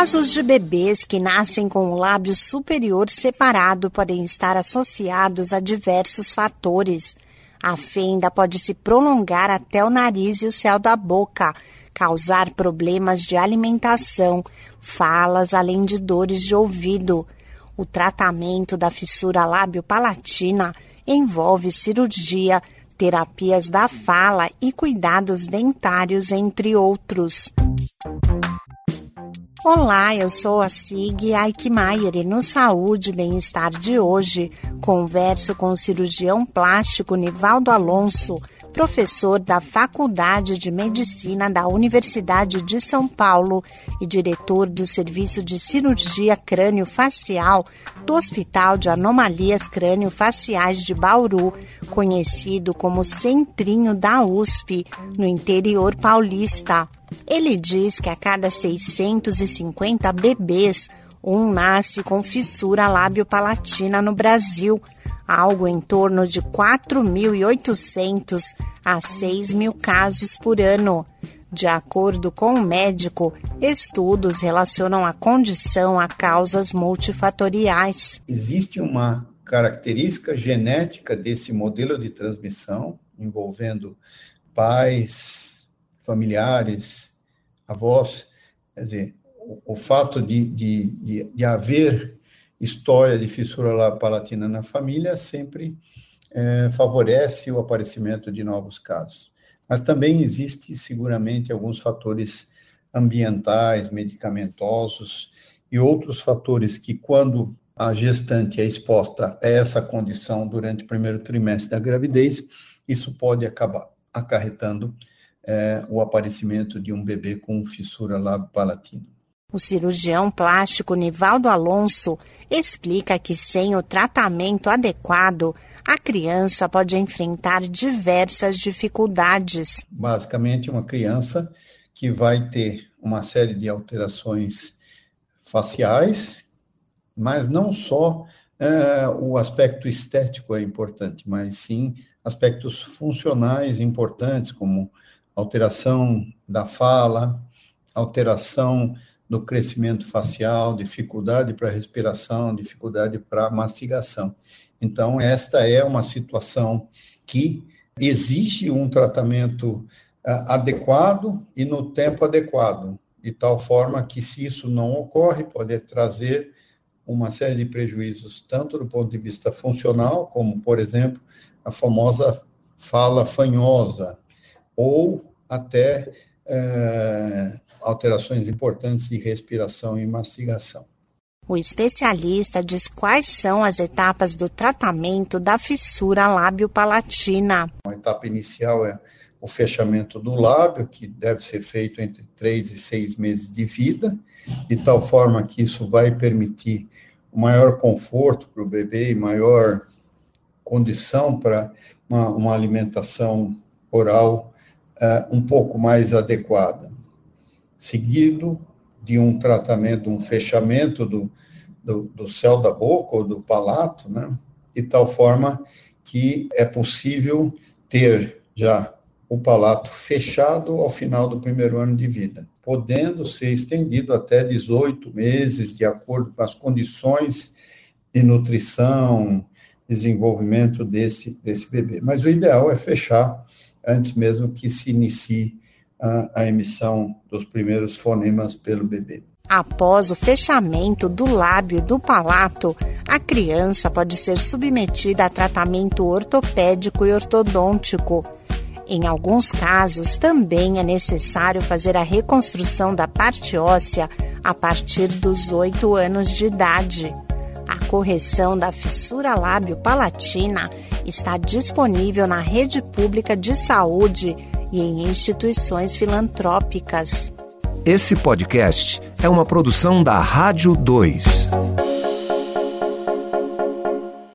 Casos de bebês que nascem com o lábio superior separado podem estar associados a diversos fatores. A fenda pode se prolongar até o nariz e o céu da boca, causar problemas de alimentação, falas, além de dores de ouvido. O tratamento da fissura lábio-palatina envolve cirurgia, terapias da fala e cuidados dentários, entre outros. Olá, eu sou a Sig Aikmaier e no Saúde e Bem-Estar de hoje converso com o cirurgião plástico Nivaldo Alonso, professor da Faculdade de Medicina da Universidade de São Paulo e diretor do Serviço de Cirurgia Crânio-Facial do Hospital de Anomalias Crânio-Faciais de Bauru, conhecido como Centrinho da USP, no interior paulista. Ele diz que a cada 650 bebês, um nasce com fissura lábio-palatina no Brasil, algo em torno de 4.800 a 6.000 casos por ano. De acordo com o médico, estudos relacionam a condição a causas multifatoriais. Existe uma característica genética desse modelo de transmissão, envolvendo pais, familiares, avós. Quer dizer, o fato de haver história de fissura lábio-palatina na família sempre favorece o aparecimento de novos casos. Mas também existe, seguramente, alguns fatores ambientais, medicamentosos e outros fatores que, quando a gestante é exposta a essa condição durante o primeiro trimestre da gravidez, isso pode acabar acarretando o aparecimento de um bebê com fissura lábio-palatina. O cirurgião plástico Nivaldo Alonso explica que sem o tratamento adequado, a criança pode enfrentar diversas dificuldades. Basicamente, uma criança que vai ter uma série de alterações faciais, mas não só o aspecto estético é importante, mas sim aspectos funcionais importantes, como alteração da fala, alteração do crescimento facial, dificuldade para respiração, dificuldade para mastigação. Então, esta é uma situação que exige um tratamento adequado e no tempo adequado, de tal forma que, se isso não ocorre, pode trazer uma série de prejuízos, tanto do ponto de vista funcional, como, por exemplo, a famosa fala fanhosa, ou até alterações importantes de respiração e mastigação. O especialista diz quais são as etapas do tratamento da fissura lábio-palatina. A etapa inicial é o fechamento do lábio, que deve ser feito entre 3 e 6 meses de vida, de tal forma que isso vai permitir um maior conforto para o bebê e maior condição para uma alimentação oral um pouco mais adequada. Seguido de um tratamento, um fechamento do céu da boca ou do palato, né? De tal forma que é possível ter já o palato fechado ao final do primeiro ano de vida, podendo ser estendido até 18 meses, de acordo com as condições de nutrição, desenvolvimento desse bebê. Mas o ideal é fechar antes mesmo que se inicie a emissão dos primeiros fonemas pelo bebê. Após o fechamento do lábio e do palato, a criança pode ser submetida a tratamento ortopédico e ortodôntico. Em alguns casos, também é necessário fazer a reconstrução da parte óssea a partir dos 8 anos de idade. A correção da fissura lábio-palatina está disponível na rede pública de saúde e em instituições filantrópicas. Esse podcast é uma produção da Rádio 2.